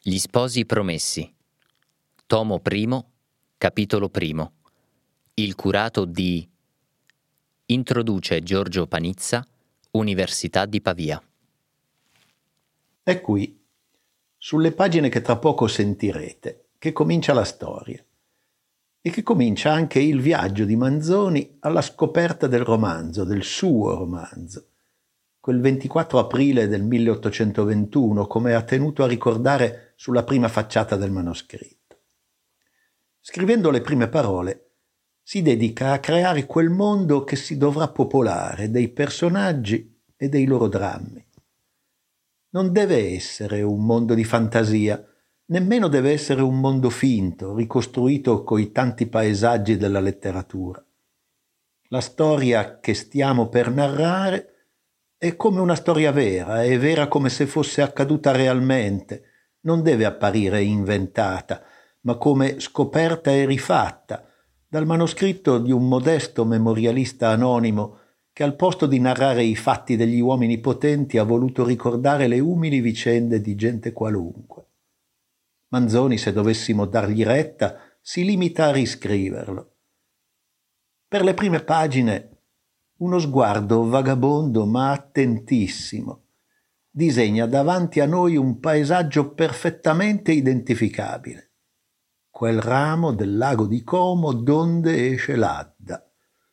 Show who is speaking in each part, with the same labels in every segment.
Speaker 1: Gli sposi promessi. Tomo I, capitolo I. Il curato di introduce Giorgio Panizza, Università di Pavia.
Speaker 2: È qui, sulle pagine che tra poco sentirete, che comincia la storia e che comincia anche il viaggio di Manzoni alla scoperta del romanzo, del suo romanzo, quel 24 aprile del 1821, come ha tenuto a ricordare sulla prima facciata del manoscritto. Scrivendo le prime parole, si dedica a creare quel mondo che si dovrà popolare dei personaggi e dei loro drammi. Non deve essere un mondo di fantasia, nemmeno deve essere un mondo finto, ricostruito coi tanti paesaggi della letteratura. La storia che stiamo per narrare è come una storia vera, è vera come se fosse accaduta realmente, non deve apparire inventata, ma come scoperta e rifatta dal manoscritto di un modesto memorialista anonimo che al posto di narrare i fatti degli uomini potenti ha voluto ricordare le umili vicende di gente qualunque. Manzoni, se dovessimo dargli retta, si limita a riscriverlo. Per le prime pagine uno sguardo vagabondo ma attentissimo disegna davanti a noi un paesaggio perfettamente identificabile, quel ramo del lago di Como donde esce l'Adda.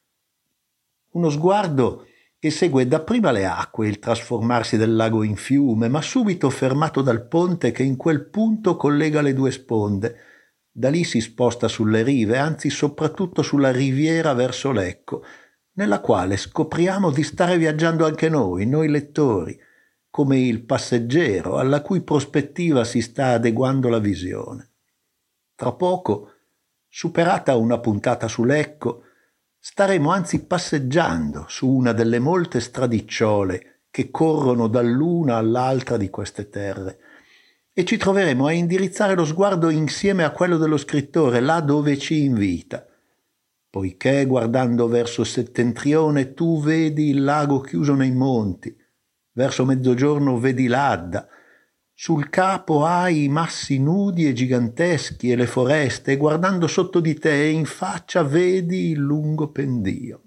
Speaker 2: Uno sguardo che segue dapprima le acque, il trasformarsi del lago in fiume, ma subito fermato dal ponte che in quel punto collega le due sponde. Da lì si sposta sulle rive, anzi soprattutto sulla riviera verso Lecco, nella quale scopriamo di stare viaggiando anche noi lettori, come il passeggero alla cui prospettiva si sta adeguando la visione. Tra poco, superata una puntata su Lecco, staremo anzi passeggiando su una delle molte stradicciole che corrono dall'una all'altra di queste terre e ci troveremo a indirizzare lo sguardo insieme a quello dello scrittore là dove ci invita, poiché guardando verso settentrione tu vedi il lago chiuso nei monti, verso mezzogiorno vedi l'Adda, sul capo hai i massi nudi e giganteschi e le foreste, e guardando sotto di te e in faccia vedi il lungo pendio.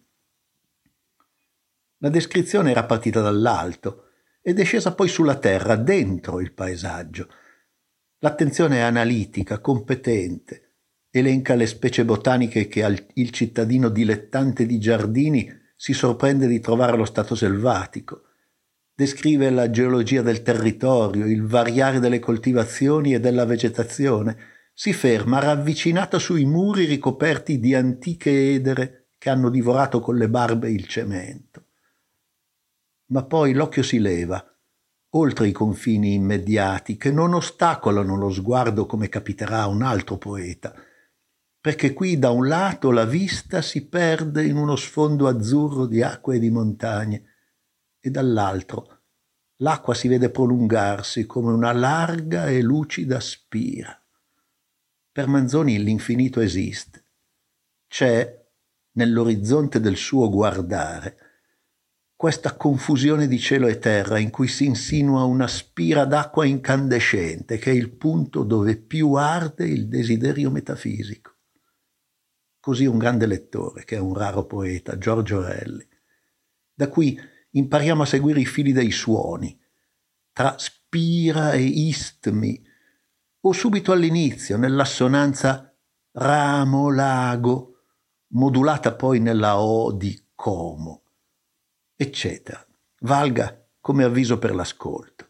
Speaker 2: La descrizione era partita dall'alto ed è scesa poi sulla terra, dentro il paesaggio. L'attenzione è analitica, competente, elenca le specie botaniche che il cittadino dilettante di giardini si sorprende di trovare allo stato selvatico. Descrive la geologia del territorio, il variare delle coltivazioni e della vegetazione. Si ferma ravvicinata sui muri ricoperti di antiche edere che hanno divorato con le barbe il cemento. Ma poi l'occhio si leva, oltre i confini immediati, che non ostacolano lo sguardo come capiterà a un altro poeta, perché qui da un lato la vista si perde in uno sfondo azzurro di acque e di montagne, e dall'altro l'acqua si vede prolungarsi come una larga e lucida spira. Per Manzoni l'infinito esiste. C'è, nell'orizzonte del suo guardare, questa confusione di cielo e terra in cui si insinua una spira d'acqua incandescente che è il punto dove più arde il desiderio metafisico. Così un grande lettore, che è un raro poeta, Giorgio Relli, da cui impariamo a seguire i fili dei suoni, tra spira e istmi, o subito all'inizio, nell'assonanza ramo, lago, modulata poi nella O di Como, eccetera. Valga come avviso per l'ascolto.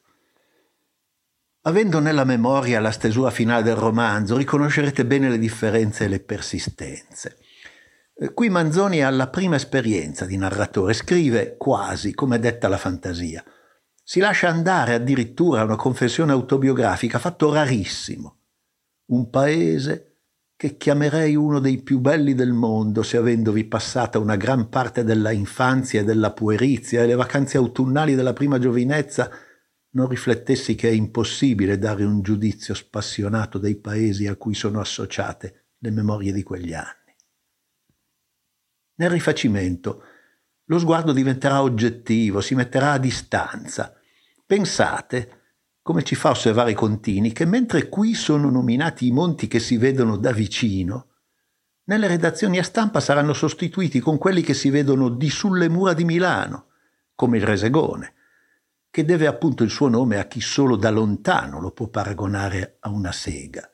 Speaker 2: Avendo nella memoria la stesura finale del romanzo, riconoscerete bene le differenze e le persistenze. Qui Manzoni ha la prima esperienza di narratore, scrive quasi come detta la fantasia. Si lascia andare addirittura a una confessione autobiografica, fatto rarissimo. Un paese che chiamerei uno dei più belli del mondo se avendovi passata una gran parte della infanzia e della puerizia e le vacanze autunnali della prima giovinezza, non riflettessi che è impossibile dare un giudizio spassionato dei paesi a cui sono associate le memorie di quegli anni. Nel rifacimento lo sguardo diventerà oggettivo, si metterà a distanza. Pensate come ci fa osservare Contini, che mentre qui sono nominati i monti che si vedono da vicino, nelle redazioni a stampa saranno sostituiti con quelli che si vedono di sulle mura di Milano, come il Resegone, che deve appunto il suo nome a chi solo da lontano lo può paragonare a una sega.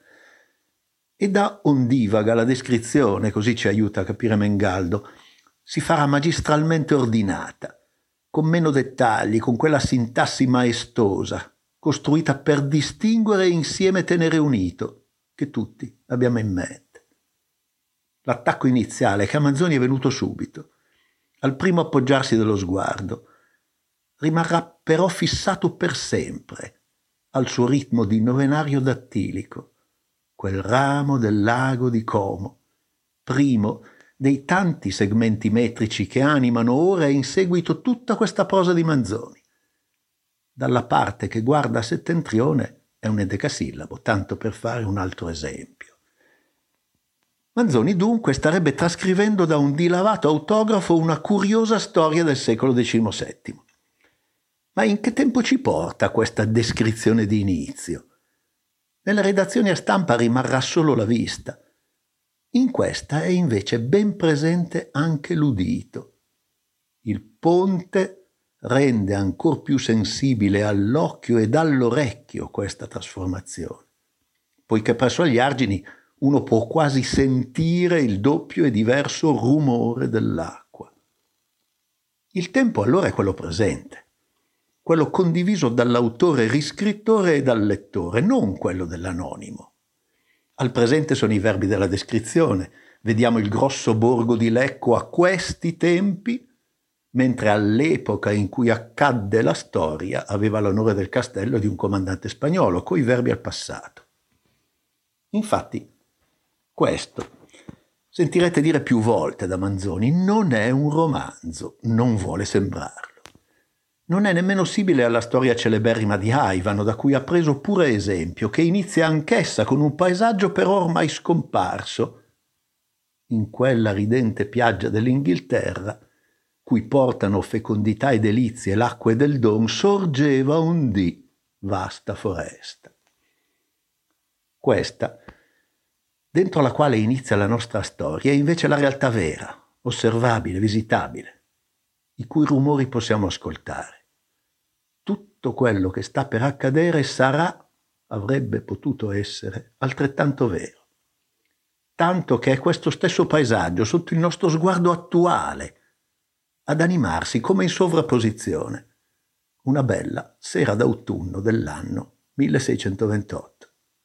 Speaker 2: E da ondivaga la descrizione, così ci aiuta a capire Mengaldo, si farà magistralmente ordinata, con meno dettagli, con quella sintassi maestosa, costruita per distinguere e insieme tenere unito, che tutti abbiamo in mente. L'attacco iniziale che a Manzoni è venuto subito, al primo appoggiarsi dello sguardo, rimarrà però fissato per sempre al suo ritmo di novenario dattilico, quel ramo del lago di Como, primo dei tanti segmenti metrici che animano ora e in seguito tutta questa prosa di Manzoni. Dalla parte che guarda a settentrione è un endecasillabo, tanto per fare un altro esempio. Manzoni dunque starebbe trascrivendo da un dilavato autografo una curiosa storia del secolo XVII. Ma in che tempo ci porta questa descrizione di inizio? Nelle redazioni a stampa rimarrà solo la vista. In questa è invece ben presente anche l'udito. Il ponte rende ancor più sensibile all'occhio ed all'orecchio questa trasformazione, poiché presso agli argini uno può quasi sentire il doppio e diverso rumore dell'acqua. Il tempo allora è quello presente, quello condiviso dall'autore riscrittore e dal lettore, non quello dell'anonimo. Al presente sono i verbi della descrizione. Vediamo il grosso borgo di Lecco a questi tempi, mentre all'epoca in cui accadde la storia aveva l'onore del castello di un comandante spagnolo, coi verbi al passato. Infatti, questo, sentirete dire più volte da Manzoni, non è un romanzo, non vuole sembrarlo. Non è nemmeno simile alla storia celeberrima di Aivano, da cui ha preso pure esempio, che inizia anch'essa con un paesaggio però ormai scomparso, in quella ridente piaggia dell'Inghilterra, cui portano fecondità e delizie l'acque del Don, sorgeva un dì vasta foresta. Questa, dentro la quale inizia la nostra storia, è invece la realtà vera, osservabile, visitabile, i cui rumori possiamo ascoltare. Tutto quello che sta per accadere sarà, avrebbe potuto essere, altrettanto vero. Tanto che è questo stesso paesaggio, sotto il nostro sguardo attuale, ad animarsi come in sovrapposizione, una bella sera d'autunno dell'anno 1628.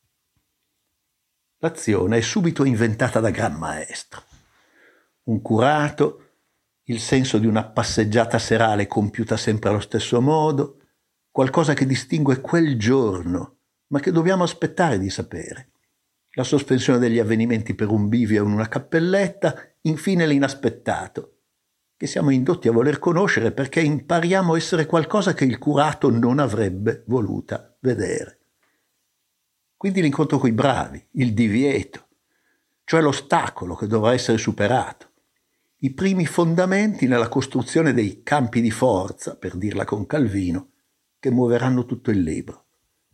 Speaker 2: L'azione è subito inventata da gran maestro. Un curato, il senso di una passeggiata serale compiuta sempre allo stesso modo, qualcosa che distingue quel giorno, ma che dobbiamo aspettare di sapere. La sospensione degli avvenimenti per un bivio in una cappelletta, infine l'inaspettato, che siamo indotti a voler conoscere perché impariamo a essere qualcosa che il curato non avrebbe voluta vedere. Quindi l'incontro coi bravi, il divieto, cioè l'ostacolo che dovrà essere superato, i primi fondamenti nella costruzione dei campi di forza, per dirla con Calvino, che muoveranno tutto il libro.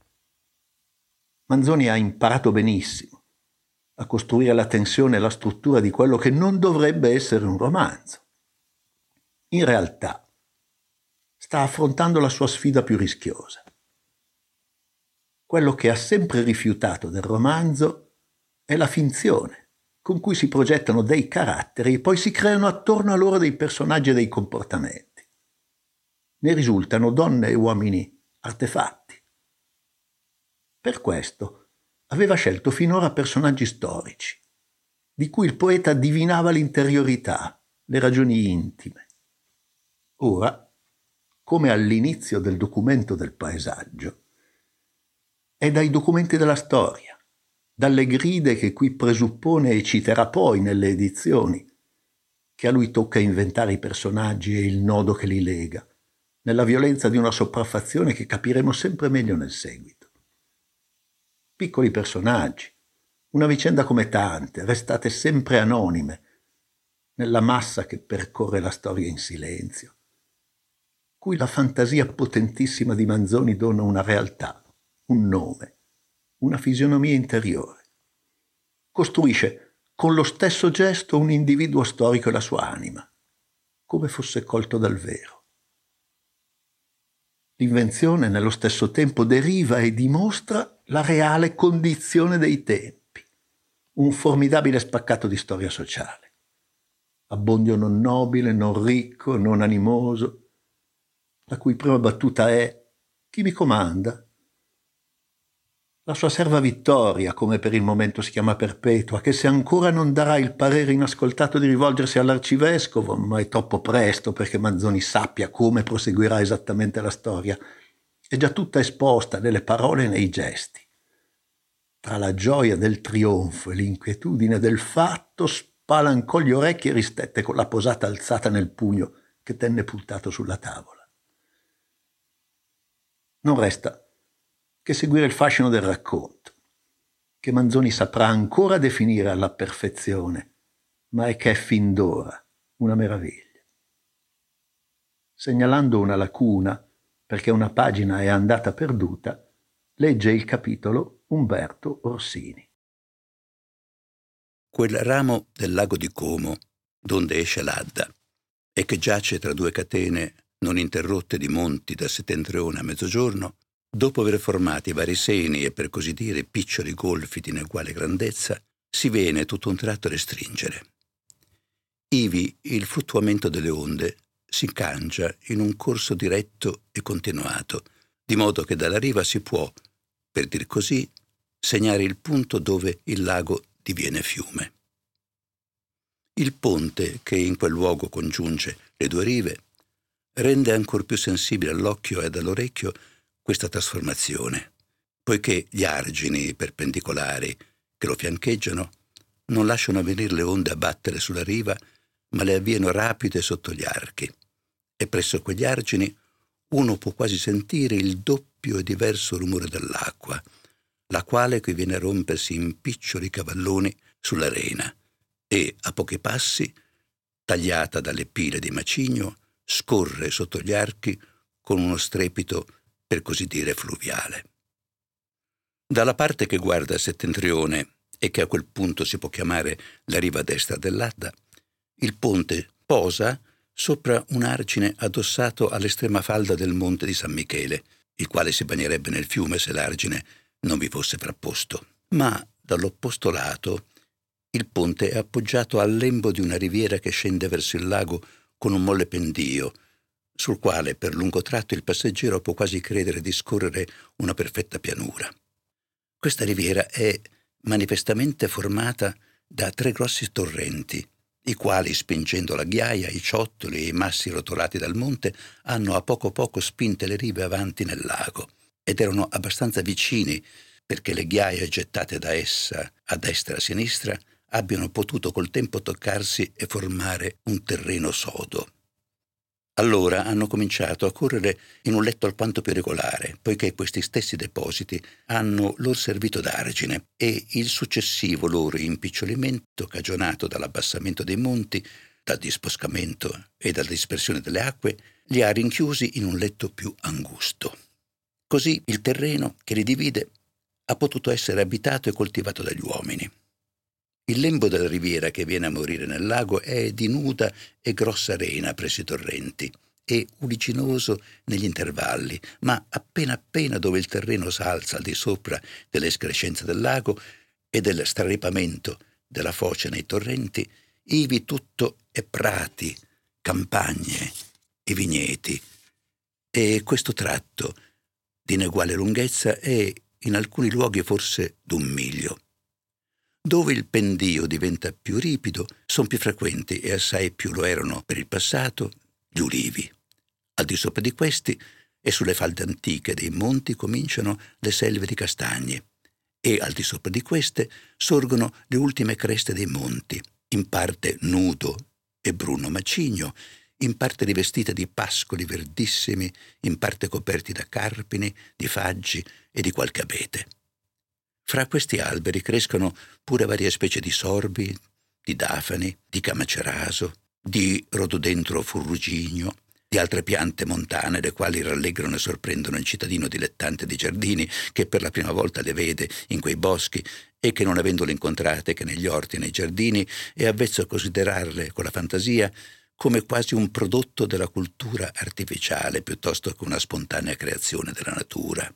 Speaker 2: Manzoni ha imparato benissimo a costruire la tensione e la struttura di quello che non dovrebbe essere un romanzo. In realtà sta affrontando la sua sfida più rischiosa. Quello che ha sempre rifiutato del romanzo è la finzione con cui si progettano dei caratteri e poi si creano attorno a loro dei personaggi e dei comportamenti. Ne risultano donne e uomini artefatti. Per questo aveva scelto finora personaggi storici, di cui il poeta divinava l'interiorità, le ragioni intime. Ora, come all'inizio del documento del paesaggio, è dai documenti della storia, dalle gride che qui presuppone e citerà poi nelle edizioni, che a lui tocca inventare i personaggi e il nodo che li lega, nella violenza di una sopraffazione che capiremo sempre meglio nel seguito. Piccoli personaggi, una vicenda come tante, restate sempre anonime, nella massa che percorre la storia in silenzio, cui la fantasia potentissima di Manzoni dona una realtà un nome, una fisionomia interiore. Costruisce con lo stesso gesto un individuo storico e la sua anima, come fosse colto dal vero. L'invenzione nello stesso tempo deriva e dimostra la reale condizione dei tempi, un formidabile spaccato di storia sociale. Abbondio non nobile, non ricco, non animoso, la cui prima battuta è «Chi mi comanda?» La sua serva Vittoria, come per il momento si chiama Perpetua, che se ancora non darà il parere inascoltato di rivolgersi all'arcivescovo, ma è troppo presto perché Manzoni sappia come proseguirà esattamente la storia, è già tutta esposta nelle parole e nei gesti. Tra la gioia del trionfo e l'inquietudine del fatto spalancò gli orecchi e ristette con la posata alzata nel pugno che tenne puntato sulla tavola. Non resta che seguire il fascino del racconto, che Manzoni saprà ancora definire alla perfezione, ma è che è fin d'ora una meraviglia. Segnalando una lacuna, perché una pagina è andata perduta, legge il capitolo Umberto Orsini.
Speaker 3: Quel ramo del lago di Como, donde esce l'Adda, e che giace tra due catene non interrotte di monti da settentrione a mezzogiorno, dopo aver formati vari seni e per così dire piccioli golfi di ineguale grandezza, si venne tutto un tratto restringere. Ivi il fluttuamento delle onde si cangia in un corso diretto e continuato, di modo che dalla riva si può, per dir così, segnare il punto dove il lago diviene fiume. Il ponte che in quel luogo congiunge le due rive rende ancor più sensibile all'occhio ed all'orecchio questa trasformazione, poiché gli argini perpendicolari che lo fiancheggiano non lasciano venire le onde a battere sulla riva, ma le avviano rapide sotto gli archi, e presso quegli argini uno può quasi sentire il doppio e diverso rumore dell'acqua, la quale qui viene a rompersi in piccioli cavalloni sull'arena e, a pochi passi, tagliata dalle pile di macigno, scorre sotto gli archi con uno strepito per così dire fluviale. Dalla parte che guarda a settentrione e che a quel punto si può chiamare la riva destra dell'Adda, il ponte posa sopra un argine addossato all'estrema falda del monte di San Michele, il quale si bagnerebbe nel fiume se l'argine non vi fosse frapposto. Ma dall'opposto lato il ponte è appoggiato al lembo di una riviera che scende verso il lago con un molle pendio, sul quale per lungo tratto il passeggero può quasi credere di scorrere una perfetta pianura. Questa riviera è manifestamente formata da 3 grossi torrenti, i quali, spingendo la ghiaia, i ciottoli e i massi rotolati dal monte, hanno a poco spinte le rive avanti nel lago, ed erano abbastanza vicini perché le ghiaie gettate da essa a destra e a sinistra abbiano potuto col tempo toccarsi e formare un terreno sodo. Allora hanno cominciato a correre in un letto alquanto più regolare, poiché questi stessi depositi hanno loro servito d'argine e il successivo loro impicciolimento, cagionato dall'abbassamento dei monti, dal disboscamento e dalla dispersione delle acque, li ha rinchiusi in un letto più angusto. Così il terreno che li divide ha potuto essere abitato e coltivato dagli uomini. Il lembo della riviera che viene a morire nel lago è di nuda e grossa arena presso i torrenti e ulicinoso negli intervalli, ma appena dove il terreno s'alza al di sopra dell'escrescenza del lago e del straripamento della foce nei torrenti, ivi tutto è prati, campagne e vigneti, e questo tratto di ineguale lunghezza è in alcuni luoghi forse d'1 miglio. Dove il pendio diventa più ripido, sono più frequenti e assai più lo erano per il passato gli ulivi. Al di sopra di questi e sulle falde antiche dei monti cominciano le selve di castagne e al di sopra di queste sorgono le ultime creste dei monti, in parte nudo e bruno macigno, in parte rivestite di pascoli verdissimi, in parte coperti da carpini, di faggi e di qualche abete. Fra questi alberi crescono pure varie specie di sorbi, di dafani, di camaceraso, di rododendro furrugigno, di altre piante montane, le quali rallegrano e sorprendono il cittadino dilettante di giardini che per la prima volta le vede in quei boschi e che, non avendole incontrate che negli orti e nei giardini, è avvezzo a considerarle con la fantasia come quasi un prodotto della cultura artificiale piuttosto che una spontanea creazione della natura.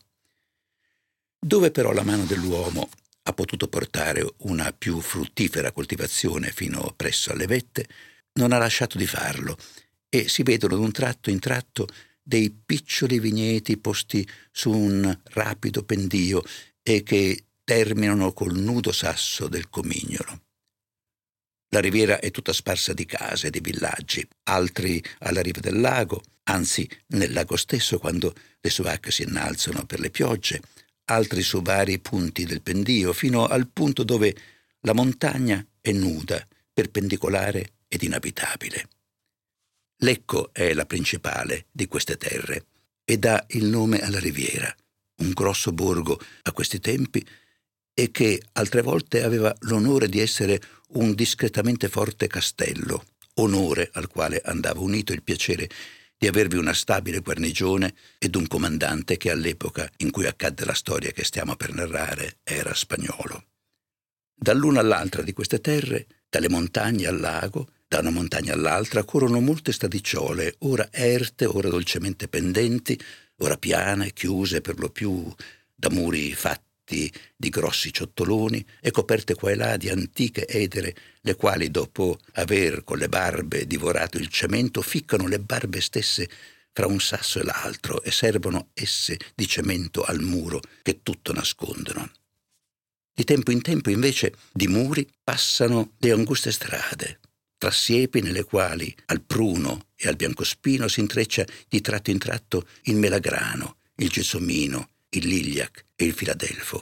Speaker 3: Dove però la mano dell'uomo ha potuto portare una più fruttifera coltivazione fino presso alle vette, non ha lasciato di farlo, e si vedono d'un tratto in tratto dei piccioli vigneti posti su un rapido pendio e che terminano col nudo sasso del Comignolo. La riviera è tutta sparsa di case e di villaggi, altri alla riva del lago, anzi nel lago stesso quando le sue acque si innalzano per le piogge, altri su vari punti del pendio, fino al punto dove la montagna è nuda, perpendicolare ed inabitabile. Lecco è la principale di queste terre e dà il nome alla riviera, un grosso borgo a questi tempi e che altre volte aveva l'onore di essere un discretamente forte castello, onore al quale andava unito il piacere di avervi una stabile guarnigione ed un comandante che all'epoca in cui accadde la storia che stiamo per narrare era spagnolo. Dall'una all'altra di queste terre, dalle montagne al lago, da una montagna all'altra, corrono molte stradicciole, ora erte, ora dolcemente pendenti, ora piane, chiuse per lo più da muri fatti di grossi ciottoloni e coperte qua e là di antiche edere, le quali, dopo aver con le barbe divorato il cemento, ficcano le barbe stesse fra un sasso e l'altro e servono esse di cemento al muro che tutto nascondono. Di tempo in tempo, invece, di muri passano le anguste strade, tra siepi nelle quali al pruno e al biancospino si intreccia di tratto in tratto il melagrano, il gelsomino, il ligliac e il filadelfo.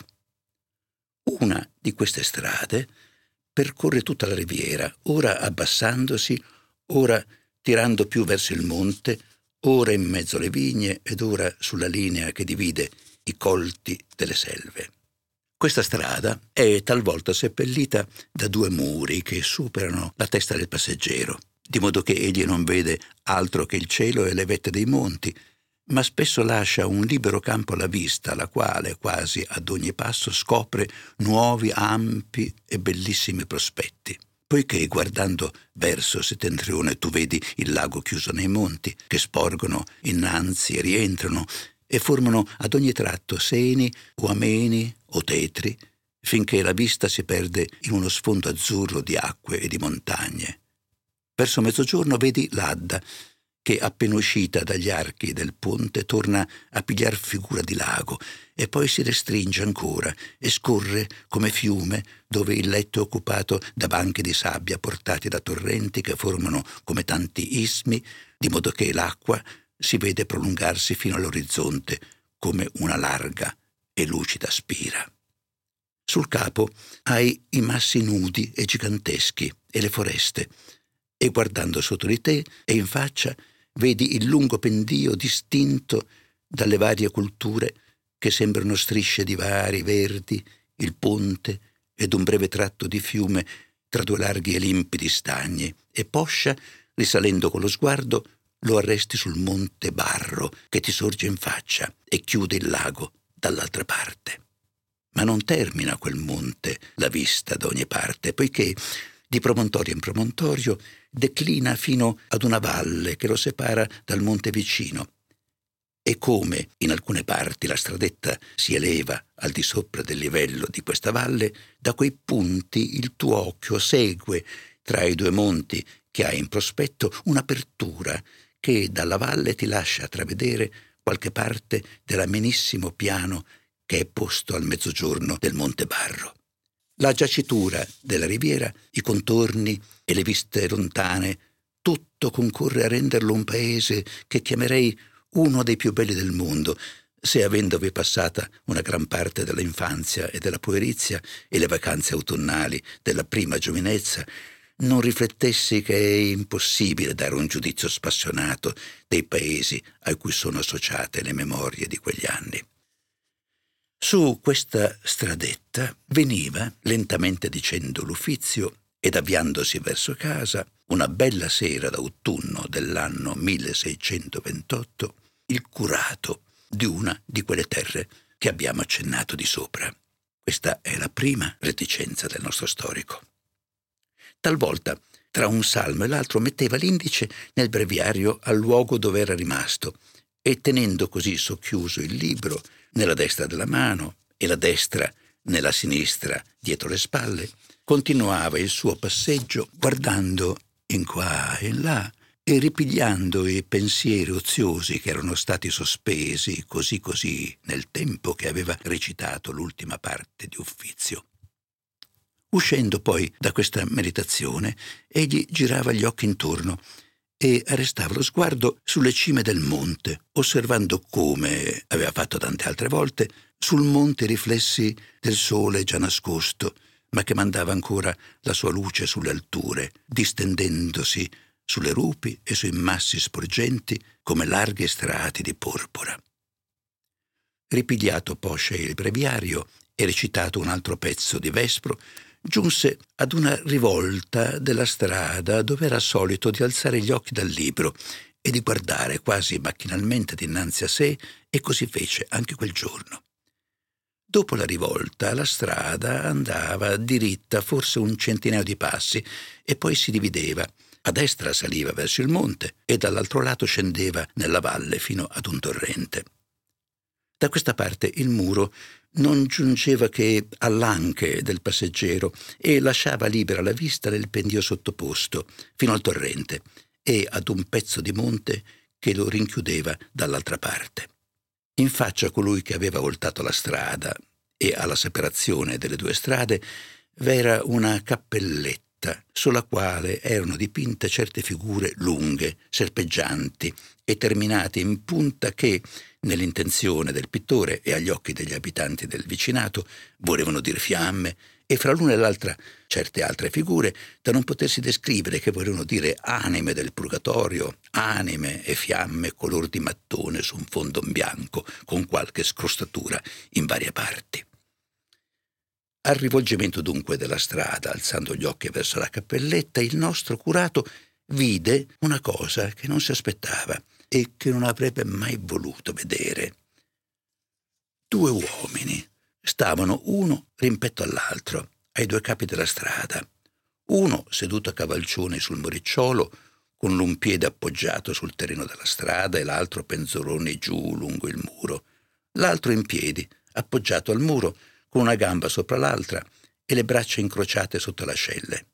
Speaker 3: Una di queste strade percorre tutta la riviera, ora abbassandosi, ora tirando più verso il monte, ora in mezzo alle vigne ed ora sulla linea che divide i colti delle selve. Questa strada è talvolta seppellita da due muri che superano la testa del passeggero, di modo che egli non vede altro che il cielo e le vette dei monti, ma spesso lascia un libero campo alla vista, la quale quasi ad ogni passo scopre nuovi, ampi e bellissimi prospetti. Poiché guardando verso settentrione tu vedi il lago chiuso nei monti, che sporgono innanzi e rientrano, e formano ad ogni tratto seni o ameni o tetri, finché la vista si perde in uno sfondo azzurro di acque e di montagne. Verso mezzogiorno vedi l'Adda, che appena uscita dagli archi del ponte torna a pigliar figura di lago e poi si restringe ancora e scorre come fiume dove il letto è occupato da banchi di sabbia portati da torrenti che formano come tanti ismi, di modo che l'acqua si vede prolungarsi fino all'orizzonte come una larga e lucida spira. Sul capo hai i massi nudi e giganteschi e le foreste, e guardando sotto di te e in faccia vedi il lungo pendio distinto dalle varie culture che sembrano strisce di vari verdi, il ponte ed un breve tratto di fiume tra due larghi e limpidi stagni, e poscia, risalendo con lo sguardo, lo arresti sul monte Barro che ti sorge in faccia e chiude il lago dall'altra parte. Ma non termina quel monte la vista da ogni parte, poiché di promontorio in promontorio declina fino ad una valle che lo separa dal monte vicino. E come in alcune parti la stradetta si eleva al di sopra del livello di questa valle, da quei punti il tuo occhio segue tra i due monti che hai in prospetto un'apertura che dalla valle ti lascia travedere qualche parte dell'amenissimo piano che è posto al mezzogiorno del Monte Barro. La giacitura della riviera, i contorni e le viste lontane, tutto concorre a renderlo un paese che chiamerei uno dei più belli del mondo, se avendovi passata una gran parte della infanzia e della puerizia e le vacanze autunnali della prima giovinezza, non riflettessi che è impossibile dare un giudizio spassionato dei paesi a cui sono associate le memorie di quegli anni. Su questa stradetta veniva, lentamente dicendo l'Uffizio, ed avviandosi verso casa, una bella sera d'autunno dell'anno 1628, il curato di una di quelle terre che abbiamo accennato di sopra. Questa è la prima reticenza del nostro storico. Talvolta, tra un salmo e l'altro, metteva l'indice nel breviario al luogo dove era rimasto e, tenendo così socchiuso il libro nella destra della mano e la destra nella sinistra dietro le spalle, continuava il suo passeggio guardando in qua e in là e ripigliando i pensieri oziosi che erano stati sospesi così nel tempo che aveva recitato l'ultima parte di Uffizio. Uscendo poi da questa meditazione, egli girava gli occhi intorno e arrestava lo sguardo sulle cime del monte, osservando come aveva fatto tante altre volte sul monte i riflessi del sole già nascosto, ma che mandava ancora la sua luce sulle alture, distendendosi sulle rupi e sui massi sporgenti come larghi strati di porpora. Ripigliato poscia il breviario e recitato un altro pezzo di Vespro, giunse ad una rivolta della strada dove era solito di alzare gli occhi dal libro e di guardare quasi macchinalmente dinanzi a sé, e così fece anche quel giorno. Dopo la rivolta, la strada andava diritta forse un centinaio di passi e poi si divideva. A destra saliva verso il monte e dall'altro lato scendeva nella valle fino ad un torrente. Da questa parte il muro non giungeva che all'anche del passeggero e lasciava libera la vista del pendio sottoposto fino al torrente e ad un pezzo di monte che lo rinchiudeva dall'altra parte. In faccia a colui che aveva voltato la strada e alla separazione delle due strade v'era una cappelletta sulla quale erano dipinte certe figure lunghe, serpeggianti e terminate in punta che, nell'intenzione del pittore e agli occhi degli abitanti del vicinato, volevano dire fiamme, e fra l'una e l'altra certe altre figure da non potersi descrivere, che volevano dire anime del purgatorio, anime e fiamme color di mattone su un fondo bianco con qualche scrostatura in varie parti. Al rivolgimento dunque della strada, alzando gli occhi verso la cappelletta, il nostro curato vide una cosa che non si aspettava e che non avrebbe mai voluto vedere. 2 uomini stavano uno rimpetto all'altro, ai 2 capi della strada. Uno seduto a cavalcioni sul muricciolo, con l'un piede appoggiato sul terreno della strada e l'altro penzoloni giù lungo il muro. L'altro in piedi, appoggiato al muro, con una gamba sopra l'altra e le braccia incrociate sotto l'ascelle.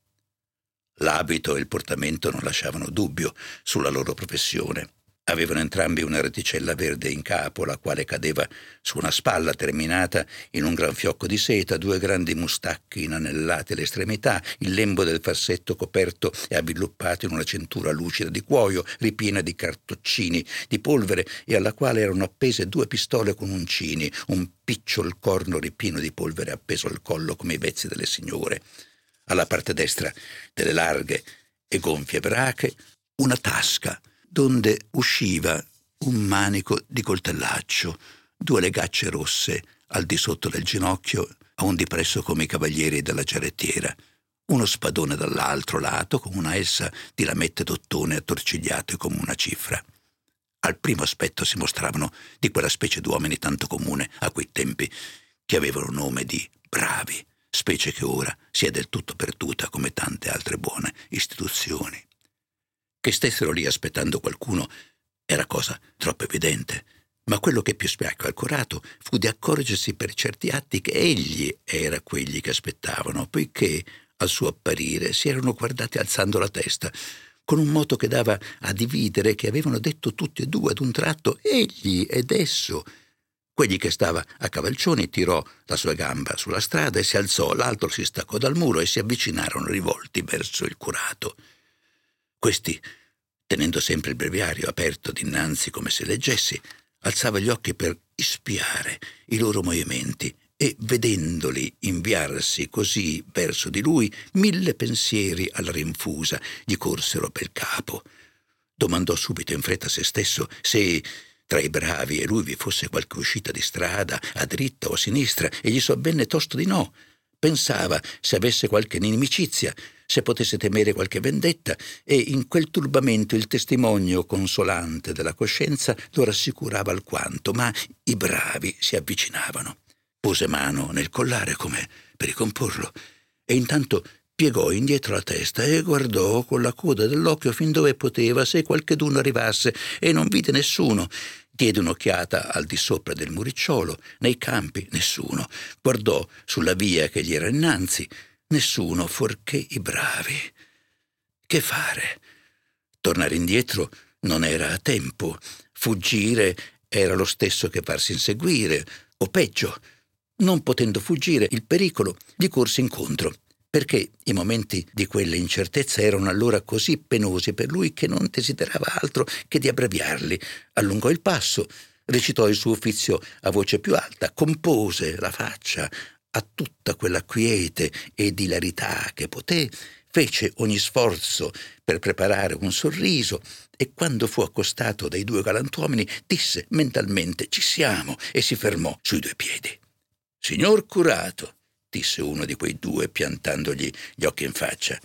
Speaker 3: L'abito e il portamento non lasciavano dubbio sulla loro professione. Avevano entrambi una reticella verde in capo, la quale cadeva su una spalla terminata in un gran fiocco di seta, 2 grandi mustacchi inanellati alle estremità, il lembo del farsetto coperto e avviluppato in una cintura lucida di cuoio, ripiena di cartoccini di polvere, e alla quale erano appese 2 pistole con uncini, un picciol corno ripieno di polvere appeso al collo come i vezzi delle signore. Alla parte destra delle larghe e gonfie brache una tasca donde usciva un manico di coltellaccio, 2 legacce rosse al di sotto del ginocchio, a un dipresso come i cavalieri della giarrettiera, uno spadone dall'altro lato con una essa di lamette d'ottone attorcigliate come una cifra. Al primo aspetto si mostravano di quella specie d'uomini tanto comune a quei tempi, che avevano nome di bravi, specie che ora si è del tutto perduta come tante altre buone istituzioni. Che stessero lì aspettando qualcuno era cosa troppo evidente, ma quello che più spiacque al curato fu di accorgersi per certi atti che egli era quegli che aspettavano, poiché al suo apparire si erano guardati alzando la testa, con un moto che dava a dividere che avevano detto tutti e 2 ad un tratto egli ed esso. Quegli che stava a cavalcioni tirò la sua gamba sulla strada e si alzò, l'altro si staccò dal muro e si avvicinarono rivolti verso il curato. Questi, tenendo sempre il breviario aperto dinanzi come se leggessi, alzava gli occhi per espiare i loro movimenti e, vedendoli inviarsi così verso di lui, 1000 pensieri alla rinfusa gli corsero per capo. Domandò subito in fretta a se stesso se tra i bravi e lui vi fosse qualche uscita di strada, a dritta o a sinistra, e gli sovvenne tosto di no, Pensava se avesse qualche inimicizia, se potesse temere qualche vendetta, e in quel turbamento il testimonio consolante della coscienza lo rassicurava alquanto, ma i bravi si avvicinavano. Pose mano nel collare come per ricomporlo e intanto piegò indietro la testa e guardò con la coda dell'occhio fin dove poteva se qualcheduno arrivasse e non vide nessuno. Diede un'occhiata al di sopra del muricciolo, nei campi nessuno. Guardò sulla via che gli era innanzi, nessuno fuorché i bravi. Che fare? Tornare indietro non era a tempo. Fuggire era lo stesso che farsi inseguire, o peggio. Non potendo fuggire il pericolo, gli corse incontro, perché i momenti di quella incertezza erano allora così penosi per lui che non desiderava altro che di abbreviarli. Allungò il passo, recitò il suo uffizio a voce più alta, compose la faccia a tutta quella quiete ed ilarità che poté, fece ogni sforzo per preparare un sorriso e quando fu accostato dai due galantuomini disse mentalmente «Ci siamo» e si fermò sui due piedi. «Signor curato», disse uno di quei due piantandogli gli occhi in faccia.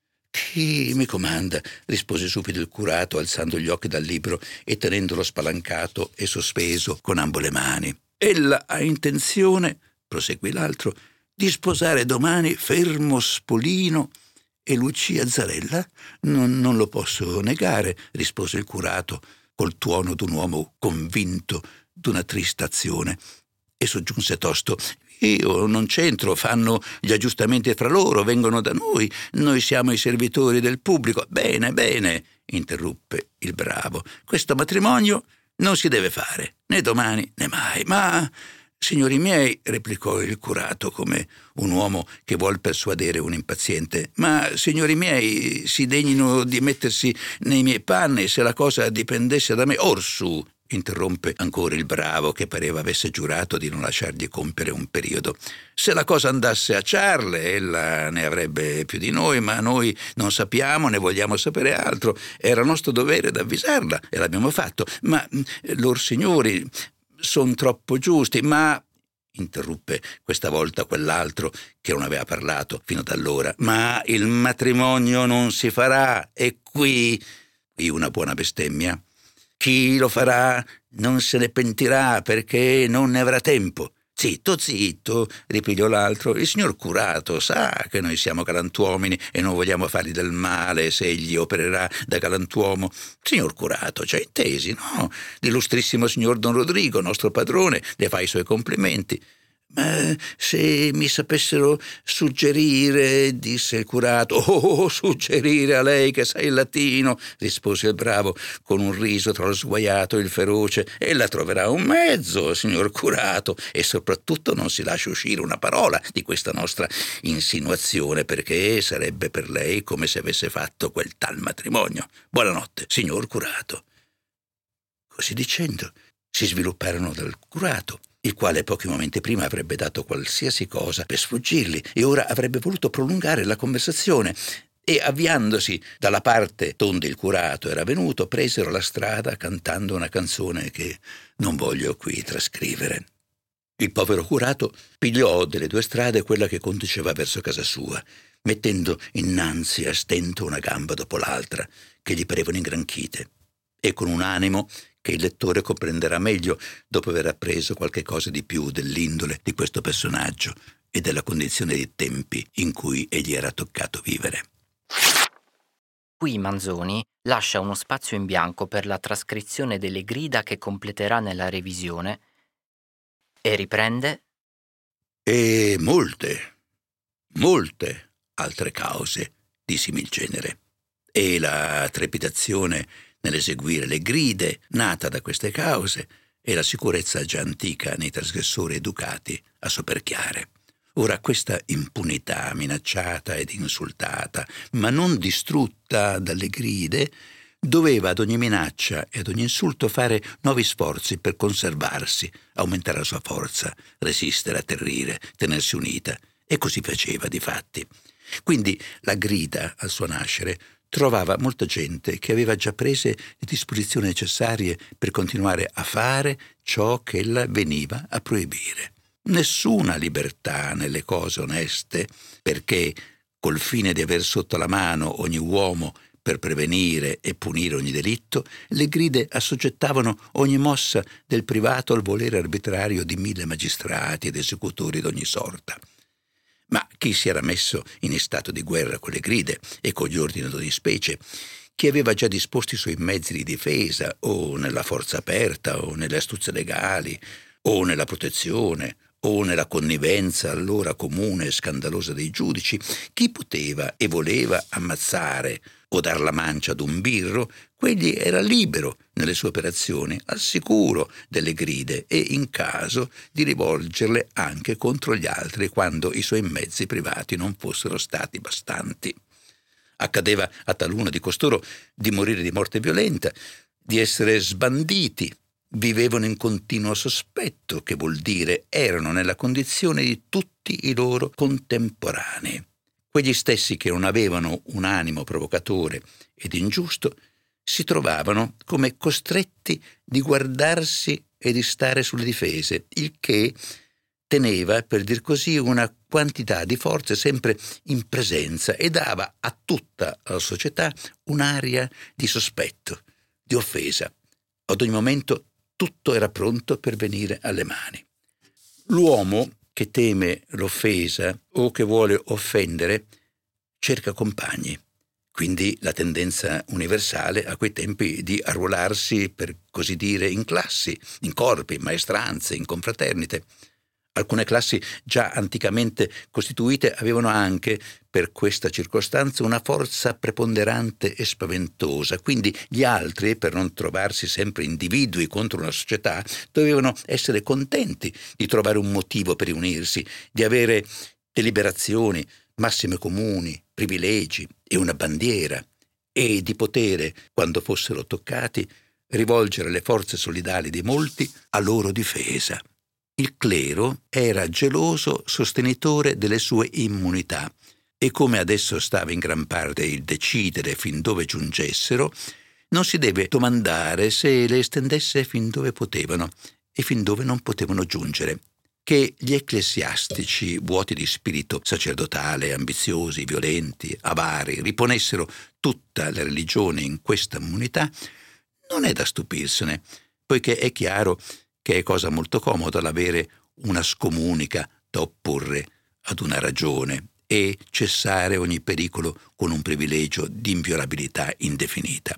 Speaker 3: «Chi mi comanda?» rispose subito il curato alzando gli occhi dal libro e tenendolo spalancato e sospeso con ambo le mani. «Ella ha intenzione», proseguì l'altro, «di sposare domani Fermo Spolino e Lucia Zarella?» Non lo posso negare», rispose il curato col tuono d'un uomo convinto d'una trista azione e soggiunse tosto «Io non c'entro, fanno gli aggiustamenti fra loro, vengono da noi siamo i servitori del pubblico». Bene», interruppe il bravo, «questo matrimonio non si deve fare, né domani né mai, ma...» «Signori miei», replicò il curato come un uomo che vuol persuadere un impaziente, «ma, signori miei, si degnino di mettersi nei miei panni se la cosa dipendesse da me». «Orsù», interrompe ancora il bravo, che pareva avesse giurato di non lasciargli compiere un periodo. «Se la cosa andasse a ciarle, ella ne avrebbe più di noi, ma noi non sappiamo né vogliamo sapere altro. Era nostro dovere d'avvisarla e l'abbiamo fatto. Ma lor signori son troppo giusti, ma...» interruppe questa volta quell'altro che non aveva parlato fino ad allora. «Ma il matrimonio non si farà e qui una buona bestemmia. Chi lo farà non se ne pentirà perché non ne avrà tempo». Zitto, ripigliò l'altro, «il signor curato sa che noi siamo galantuomini e non vogliamo fargli del male se egli opererà da galantuomo. Signor curato, ci ha intesi, no? L'illustrissimo signor Don Rodrigo, nostro padrone, le fa i suoi complimenti». «Ma se mi sapessero suggerire», disse il curato. «Oh, suggerire a lei che sa il latino», rispose il bravo con un riso tra lo sguaiato e il feroce. «Ella troverà un mezzo, signor curato, e soprattutto non si lascia uscire una parola di questa nostra insinuazione, perché sarebbe per lei come se avesse fatto quel tal matrimonio. Buonanotte, signor curato». Così dicendo si svilupparono dal curato, il quale pochi momenti prima avrebbe dato qualsiasi cosa per sfuggirli e ora avrebbe voluto prolungare la conversazione, e avviandosi dalla parte donde il curato era venuto presero la strada cantando una canzone che non voglio qui trascrivere. Il povero curato pigliò delle due strade quella che conduceva verso casa sua, mettendo innanzi a stento una gamba dopo l'altra che gli parevano ingranchite, e con un animo che il lettore comprenderà meglio dopo aver appreso qualche cosa di più dell'indole di questo personaggio e della condizione dei tempi in cui egli era toccato vivere.
Speaker 1: Qui Manzoni lascia uno spazio in bianco per la trascrizione delle grida che completerà nella revisione e riprende:
Speaker 3: «E molte altre cause di simil genere, e la trepidazione nell'eseguire le gride nata da queste cause e la sicurezza già antica nei trasgressori educati a soperchiare. Ora questa impunità minacciata ed insultata, ma non distrutta dalle gride, doveva ad ogni minaccia e ad ogni insulto fare nuovi sforzi per conservarsi, aumentare la sua forza, resistere, atterrire, tenersi unita, e così faceva difatti. Quindi la grida al suo nascere trovava molta gente che aveva già prese le disposizioni necessarie per continuare a fare ciò che ella veniva a proibire. nessuna libertà nelle cose oneste, perché col fine di aver sotto la mano ogni uomo per prevenire e punire ogni delitto, le gride assoggettavano ogni mossa del privato al volere arbitrario di 1000 magistrati ed esecutori d'ogni sorta. Ma chi si era messo in stato di guerra con le gride e con gli ordini d'ogni specie, chi aveva già disposti i suoi mezzi di difesa, o nella forza aperta, o nelle astuzie legali, o nella protezione, o nella connivenza allora comune e scandalosa dei giudici, chi poteva e voleva ammazzare o dar la mancia ad un birro, quegli era libero nelle sue operazioni, al sicuro delle gride e in caso di rivolgerle anche contro gli altri quando i suoi mezzi privati non fossero stati bastanti. Accadeva a taluno di costoro di morire di morte violenta, di essere sbanditi. Vivevano in continuo sospetto, che vuol dire erano nella condizione di tutti i loro contemporanei. Quegli stessi che non avevano un animo provocatore ed ingiusto si trovavano come costretti di guardarsi e di stare sulle difese, il che teneva, per dir così, una quantità di forze sempre in presenza e dava a tutta la società un'aria di sospetto, di offesa. Ad ogni momento tutto era pronto per venire alle mani. L'uomo che teme l'offesa o che vuole offendere cerca compagni. Quindi la tendenza universale a quei tempi di arruolarsi, per così dire, in classi, in corpi, in maestranze, in confraternite. Alcune classi già anticamente costituite avevano anche, per questa circostanza, una forza preponderante e spaventosa. Quindi gli altri, per non trovarsi sempre individui contro una società, dovevano essere contenti di trovare un motivo per unirsi, di avere deliberazioni, massime comuni, privilegi e una bandiera, e di potere, quando fossero toccati, rivolgere le forze solidali di molti a loro difesa. Il clero era geloso sostenitore delle sue immunità e, come adesso stava in gran parte il decidere fin dove giungessero, non si deve domandare se le estendesse fin dove potevano e fin dove non potevano giungere. Che gli ecclesiastici, vuoti di spirito sacerdotale, ambiziosi, violenti, avari, riponessero tutta la religione in questa immunità non è da stupirsene, poiché è chiaro che è cosa molto comoda l'avere una scomunica da opporre ad una ragione e cessare ogni pericolo con un privilegio di inviolabilità indefinita.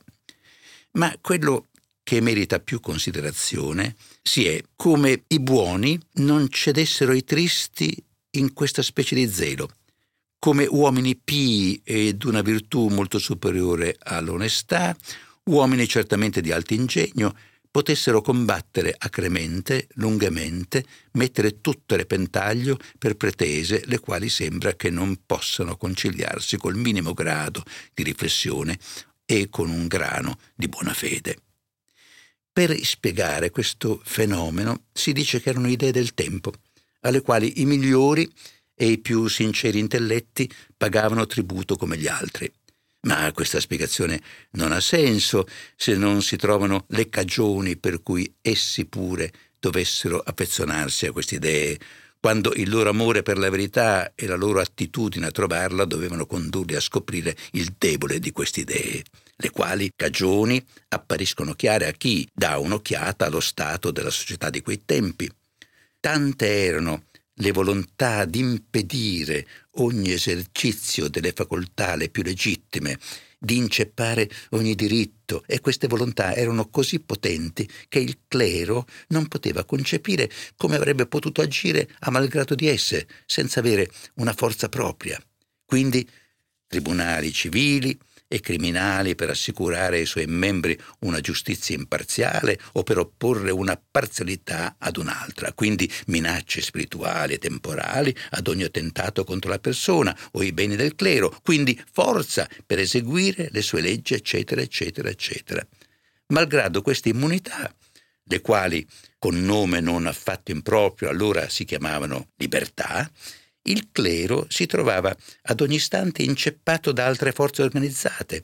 Speaker 3: Ma quello che merita più considerazione si è come i buoni non cedessero ai tristi in questa specie di zelo, come uomini pii ed una virtù molto superiore all'onestà, uomini certamente di alto ingegno, potessero combattere acremente, lungamente, mettere tutto a repentaglio per pretese le quali sembra che non possano conciliarsi col minimo grado di riflessione e con un grano di buona fede. Per spiegare questo fenomeno si dice che erano idee del tempo, alle quali i migliori e i più sinceri intelletti pagavano tributo come gli altri. Ma questa spiegazione non ha senso se non si trovano le cagioni per cui essi pure dovessero affezionarsi a queste idee, quando il loro amore per la verità e la loro attitudine a trovarla dovevano condurli a scoprire il debole di queste idee, le quali cagioni appariscono chiare a chi dà un'occhiata allo stato della società di quei tempi. Tante erano le volontà di impedire ogni esercizio delle facoltà le più legittime, di inceppare ogni diritto, e queste volontà erano così potenti che il clero non poteva concepire come avrebbe potuto agire a malgrado di esse, senza avere una forza propria. Quindi tribunali civili e criminali per assicurare ai suoi membri una giustizia imparziale o per opporre una parzialità ad un'altra, quindi minacce spirituali e temporali ad ogni attentato contro la persona o i beni del clero, quindi forza per eseguire le sue leggi, eccetera, eccetera, eccetera. Malgrado queste immunità, le quali con nome non affatto improprio allora si chiamavano libertà, il clero si trovava ad ogni istante inceppato da altre forze organizzate,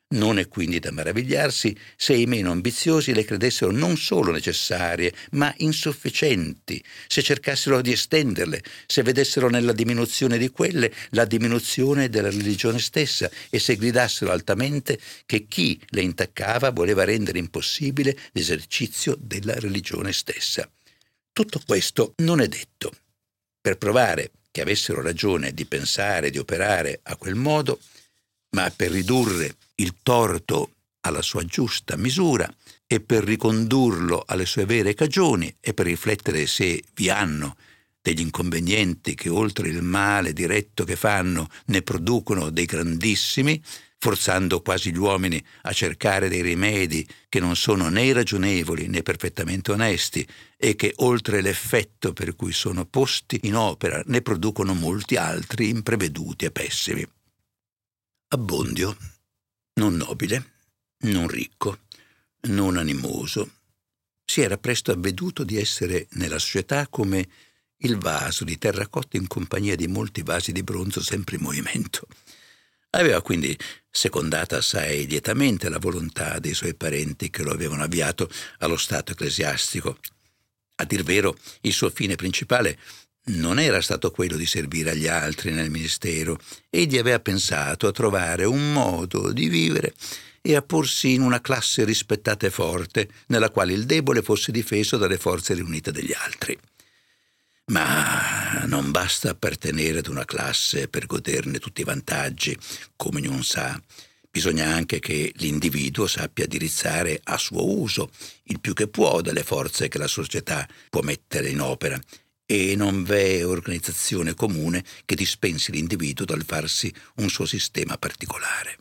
Speaker 3: Non è quindi da maravigliarsi se i meno ambiziosi le credessero non solo necessarie, ma insufficienti, se cercassero di estenderle, se vedessero nella diminuzione di quelle la diminuzione della religione stessa e se gridassero altamente che chi le intaccava voleva rendere impossibile l'esercizio della religione stessa. Tutto questo non è detto. Per provare che avessero ragione di pensare e di operare a quel modo, ma per ridurre il torto alla sua giusta misura e per ricondurlo alle sue vere cagioni e per riflettere se vi hanno degli inconvenienti che oltre il male diretto che fanno ne producono dei grandissimi, forzando quasi gli uomini a cercare dei rimedi che non sono né ragionevoli né perfettamente onesti e che oltre l'effetto per cui sono posti in opera ne producono molti altri impreveduti e pessimi. Abbondio, non nobile, non ricco, non animoso, si era presto avveduto di essere nella società come il vaso di terracotta in compagnia di molti vasi di bronzo sempre in movimento. Aveva quindi secondata assai lietamente la volontà dei suoi parenti che lo avevano avviato allo stato ecclesiastico. A dir vero, il suo fine principale non era stato quello di servire agli altri nel ministero. Egli aveva pensato a trovare un modo di vivere e a porsi in una classe rispettata e forte, nella quale il debole fosse difeso dalle forze riunite degli altri. Ma non basta appartenere ad una classe per goderne tutti i vantaggi, come ognuno sa. Bisogna anche che l'individuo sappia dirizzare a suo uso il più che può delle forze che la società può mettere in opera, e non v'è organizzazione comune che dispensi l'individuo dal farsi un suo sistema particolare.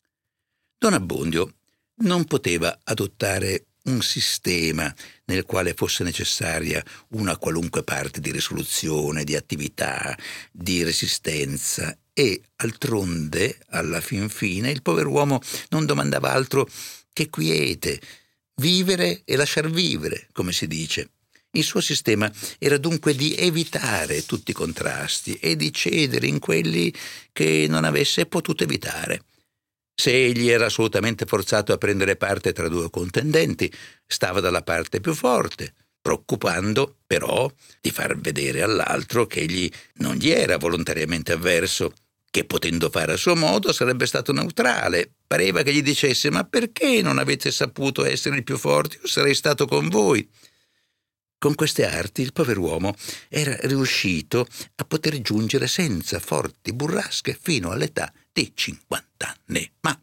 Speaker 3: Don Abbondio non poteva adottare un sistema nel quale fosse necessaria una qualunque parte di risoluzione, di attività, di resistenza e, altronde, alla fin fine, il pover'uomo non domandava altro che quiete, vivere e lasciar vivere, come si dice. Il suo sistema era dunque di evitare tutti i contrasti e di cedere in quelli che non avesse potuto evitare. Se egli era assolutamente forzato a prendere parte tra due contendenti, stava dalla parte più forte, preoccupando però di far vedere all'altro che egli non gli era volontariamente avverso, che potendo fare a suo modo sarebbe stato neutrale. Pareva che gli dicesse: «Ma perché non avete saputo essere il più forte? Io sarei stato con voi». Con queste arti il pover'uomo era riuscito a poter giungere senza forti burrasche fino all'età di 50 anni. Ma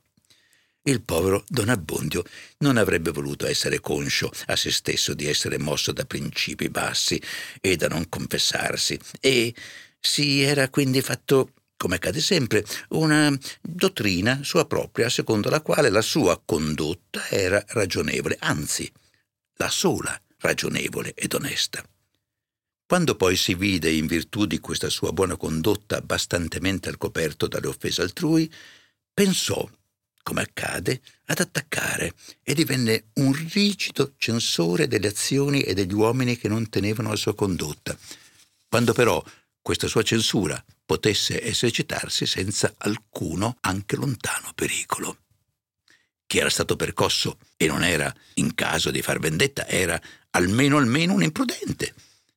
Speaker 3: il povero Don Abbondio non avrebbe voluto essere conscio a se stesso di essere mosso da principi bassi e da non confessarsi, e si era quindi fatto, come accade sempre, una dottrina sua propria, secondo la quale la sua condotta era ragionevole, anzi, la sola ragionevole ed onesta. Quando poi si vide, in virtù di questa sua buona condotta abbastantemente al coperto dalle offese altrui, pensò, come accade, ad attaccare e divenne un rigido censore delle azioni e degli uomini che non tenevano la sua condotta, quando però questa sua censura potesse esercitarsi senza alcuno anche lontano pericolo. Chi era stato percosso e non era in caso di far vendetta era almeno un imprudente.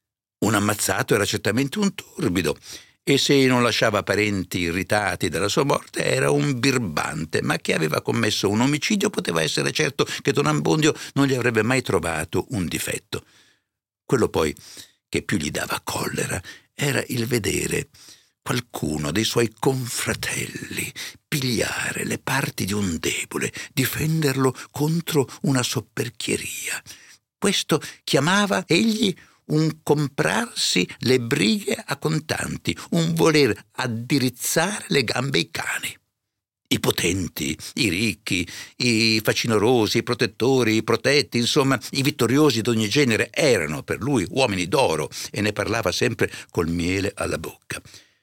Speaker 3: Un ammazzato era certamente un torbido, e se non lasciava parenti irritati dalla sua morte era un birbante, ma chi aveva commesso un omicidio poteva essere certo che Don Abbondio non gli avrebbe mai trovato un difetto. Quello poi che più gli dava collera era il vedere qualcuno dei suoi confratelli pigliare le parti di un debole, difenderlo contro una sopperchieria. Questo chiamava egli un comprarsi le brighe a contanti, un voler addirizzare le gambe ai cani. I potenti, i ricchi, i facinorosi, i protettori, i protetti, insomma, i vittoriosi d'ogni genere erano per lui uomini d'oro, e ne parlava sempre col miele alla bocca.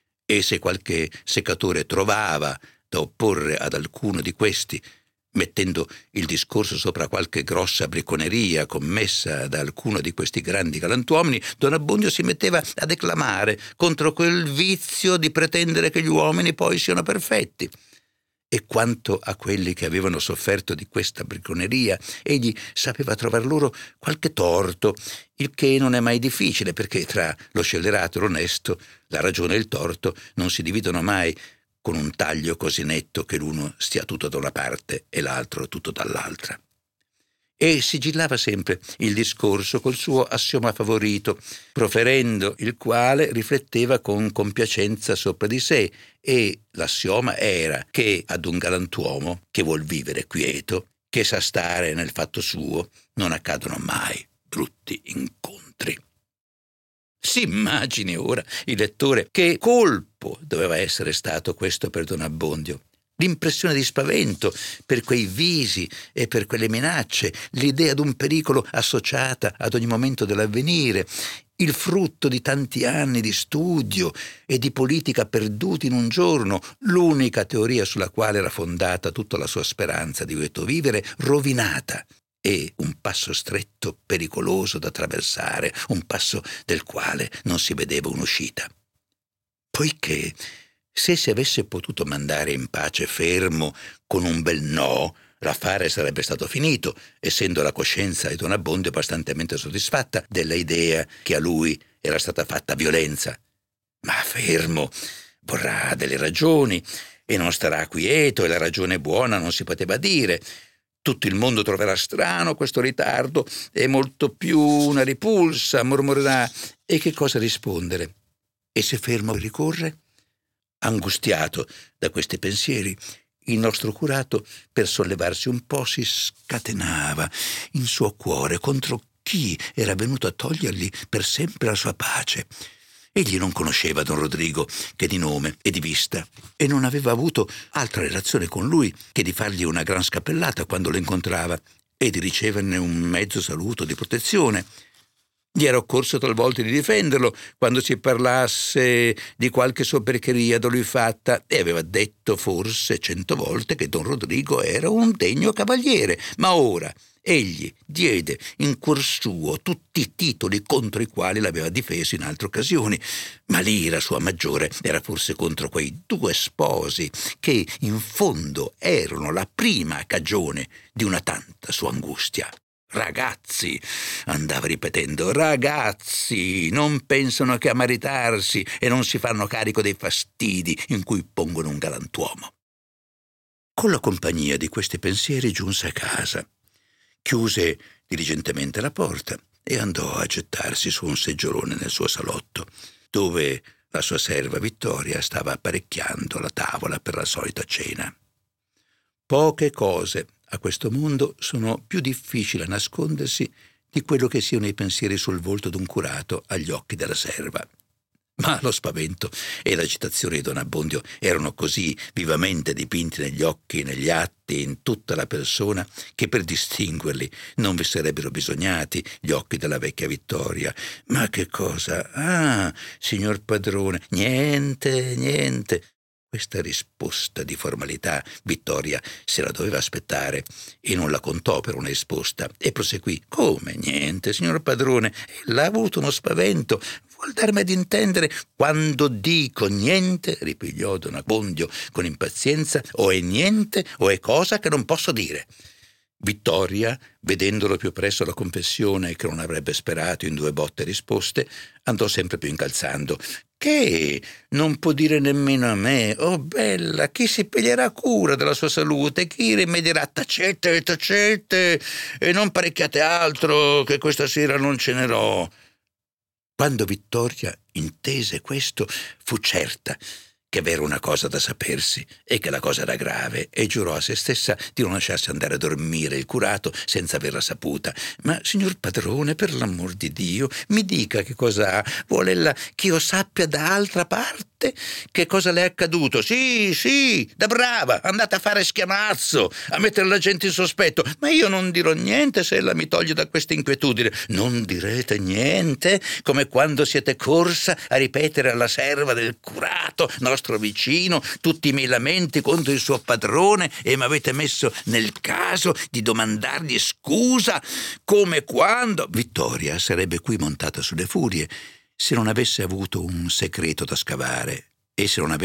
Speaker 3: E se qualche seccatore trovava da opporre ad alcuno di questi, mettendo il discorso sopra qualche grossa bricconeria commessa da alcuno di questi grandi galantuomini, Don Abbondio si metteva a declamare contro quel vizio di pretendere che gli uomini poi siano perfetti. E quanto a quelli che avevano sofferto di questa bricconeria, egli sapeva trovar loro qualche torto, il che non è mai difficile, perché tra lo scellerato e l'onesto la ragione e il torto non si dividono mai con un taglio così netto che l'uno stia tutto da una parte e l'altro tutto dall'altra. E sigillava sempre il discorso col suo assioma favorito, proferendo il quale rifletteva con compiacenza sopra di sé, e l'assioma era che ad un galantuomo che vuol vivere quieto, che sa stare nel fatto suo, non accadono mai brutti incontri. Si immagini ora il lettore che colpo doveva essere stato questo per Don Abbondio. L'impressione di spavento per quei visi e per quelle minacce, l'idea d'un pericolo associata ad ogni momento dell'avvenire, il frutto di tanti anni di studio e di politica perduti in un giorno, l'unica teoria sulla quale era fondata tutta la sua speranza di lieto vivere, rovinata, e un passo stretto, pericoloso da attraversare, un passo del quale non si vedeva un'uscita. Poiché se si avesse potuto mandare in pace Fermo con un bel no, l'affare sarebbe stato finito, essendo la coscienza di Don Abbondio abbastantemente soddisfatta della idea che a lui era stata fatta violenza. Ma Fermo vorrà delle ragioni e non starà quieto, e la ragione buona non si poteva dire. Tutto il mondo troverà strano questo ritardo, è molto più una ripulsa, mormorerà. E che cosa rispondere? E se Fermo ricorre? Angustiato da questi pensieri, il nostro curato, per sollevarsi un po', si scatenava in suo cuore contro chi era venuto a togliergli per sempre la sua pace. Egli non conosceva Don Rodrigo che di nome e di vista, e non aveva avuto altra relazione con lui che di fargli una gran scappellata quando lo incontrava e di riceverne un mezzo saluto di protezione. Gli era occorso talvolta di difenderlo quando si parlasse di qualche sopercheria da lui fatta, e aveva detto forse 100 volte che Don Rodrigo era un degno cavaliere, ma ora egli diede in cuor suo tutti i titoli contro i quali l'aveva difeso in altre occasioni, ma l'ira sua maggiore era forse contro quei 2 sposi che in fondo erano la prima cagione di una tanta sua angustia. Ragazzi, andava ripetendo, ragazzi, non pensano che a maritarsi e non si fanno carico dei fastidi in cui pongono un galantuomo. Con la compagnia di questi pensieri giunse a casa, chiuse diligentemente la porta e andò a gettarsi su un seggiolone nel suo salotto, dove la sua serva Vittoria stava apparecchiando la tavola per la solita cena. Poche cose a questo mondo sono più difficili a nascondersi di quello che siano i pensieri sul volto d'un curato agli occhi della serva. Ma lo spavento e l'agitazione di Don Abbondio erano così vivamente dipinti negli occhi, negli atti, in tutta la persona, che per distinguerli non vi sarebbero bisognati gli occhi della vecchia Vittoria. Ma che cosa? Ah, signor padrone, niente. Questa risposta di formalità Vittoria se la doveva aspettare e non la contò per una risposta, e proseguì: come niente, signor padrone? Ella ha avuto uno spavento, vuol darmi ad intendere. Quando dico niente, ripigliò Don Abbondio con impazienza, o è niente o è cosa che non posso dire. Vittoria, vedendolo più presso la confessione che non avrebbe sperato in 2 botte risposte, andò sempre più incalzando. Che non può dire nemmeno a me? Oh bella, chi si piglierà cura della sua salute? Chi rimedierà? Tacete, e non parecchiate altro, che questa sera non cenerò. Quando Vittoria intese questo, fu certa che era una cosa da sapersi e che la cosa era grave, e giurò a se stessa di non lasciarsi andare a dormire il curato senza averla saputa. Ma, signor padrone, per l'amor di Dio, mi dica che cosa ha. Vuole ella che io sappia da altra parte che cosa le è accaduto? Sì, da brava, andate a fare schiamazzo, a mettere la gente in sospetto. Ma io non dirò niente se ella mi toglie da questa inquietudine. Non direte niente, come quando siete corsa a ripetere alla serva del curato, nostro vicino, tutti i miei lamenti contro il suo padrone, e mi avete messo nel caso di domandargli scusa, come quando... Vittoria sarebbe qui montata sulle furie se non avesse avuto un segreto da scavare, e se non avesse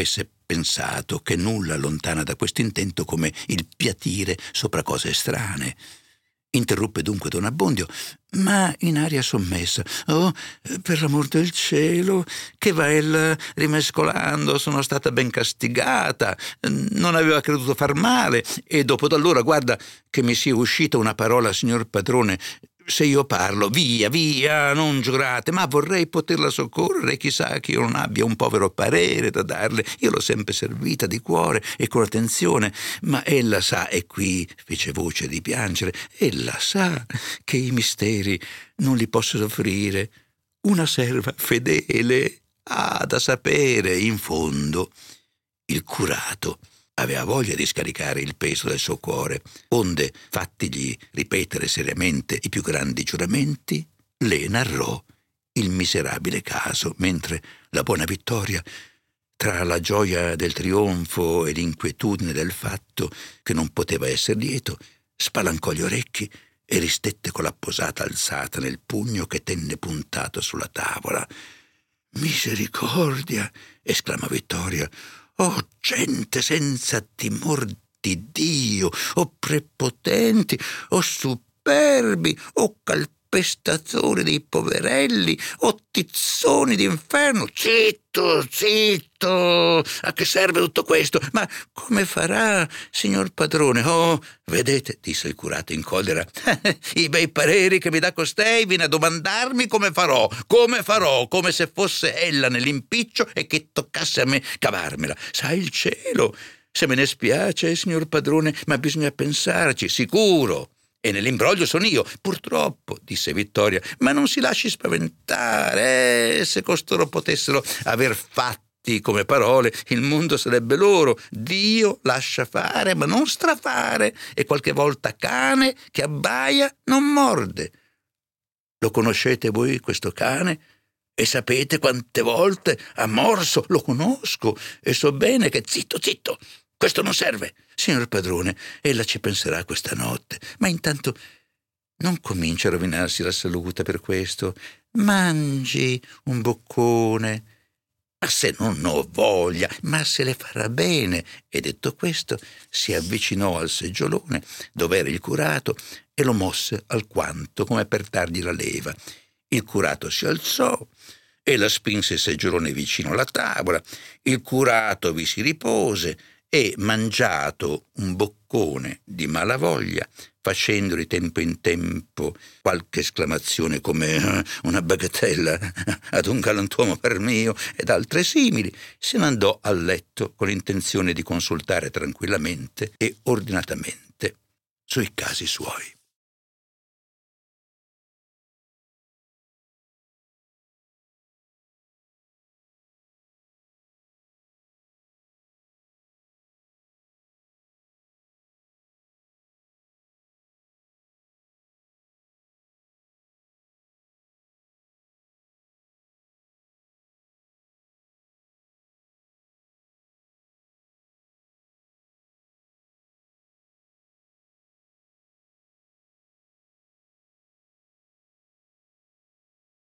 Speaker 3: pensato che nulla allontana da questo intento come il piatire sopra cose strane. Interruppe dunque Don Abbondio, ma in aria sommessa. «Oh, per l'amor del cielo, che va ella rimescolando, sono stata ben castigata, non aveva creduto far male, e dopo d'allora, guarda che mi sia uscita una parola, signor padrone. Se io parlo, via, via, non giurate, ma vorrei poterla soccorrere, chissà che io non abbia un povero parere da darle. Io l'ho sempre servita di cuore e con attenzione, ma ella sa», e qui fece voce di piangere, «ella sa che i misteri non li posso soffrire. Una serva fedele ha da sapere, in fondo». Il curato aveva voglia di scaricare il peso del suo cuore, onde, fattigli ripetere seriamente i più grandi giuramenti, le narrò il miserabile caso, mentre la buona Vittoria, tra la gioia del trionfo e l'inquietudine del fatto che non poteva essere lieto, spalancò gli orecchi e ristette con la posata alzata nel pugno che tenne puntato sulla tavola. «Misericordia!» esclamò Vittoria. «Oh, gente senza timor di Dio, o prepotenti, o superbi, o calpestatori dei poverelli, o tizzoni d'inferno! Zitto, zitto! A che serve tutto questo? Ma come farà, signor padrone?» «Oh, vedete», disse il curato in collera, «i bei pareri che mi dà costei, viene a domandarmi come farò, come se fosse ella nell'impiccio e che toccasse a me cavarmela. Sa il cielo, se me ne spiace, signor padrone, ma bisogna pensarci, sicuro. E nell'imbroglio sono io, purtroppo», disse Vittoria, «ma non si lasci spaventare, se costoro potessero aver fatti come parole, il mondo sarebbe loro. Dio lascia fare, ma non strafare, e qualche volta cane che abbaia non morde. Lo conoscete voi questo cane? E sapete quante volte ha morso? Lo conosco e so bene che zitto, zitto, questo non serve. Signor padrone, ella ci penserà questa notte, ma intanto non comincia a rovinarsi la salute per questo. Mangi un boccone, ma se non ho voglia, ma se le farà bene». E detto questo si avvicinò al seggiolone dove era il curato e lo mosse alquanto come per dargli la leva. Il curato si alzò e la spinse il seggiolone vicino alla tavola. Il curato vi si ripose e, mangiato un boccone di malavoglia, facendo di tempo in tempo qualche esclamazione come «una bagatella ad un galantuomo per mio» ed altre simili, se ne andò al letto con l'intenzione di consultare tranquillamente e ordinatamente sui casi suoi.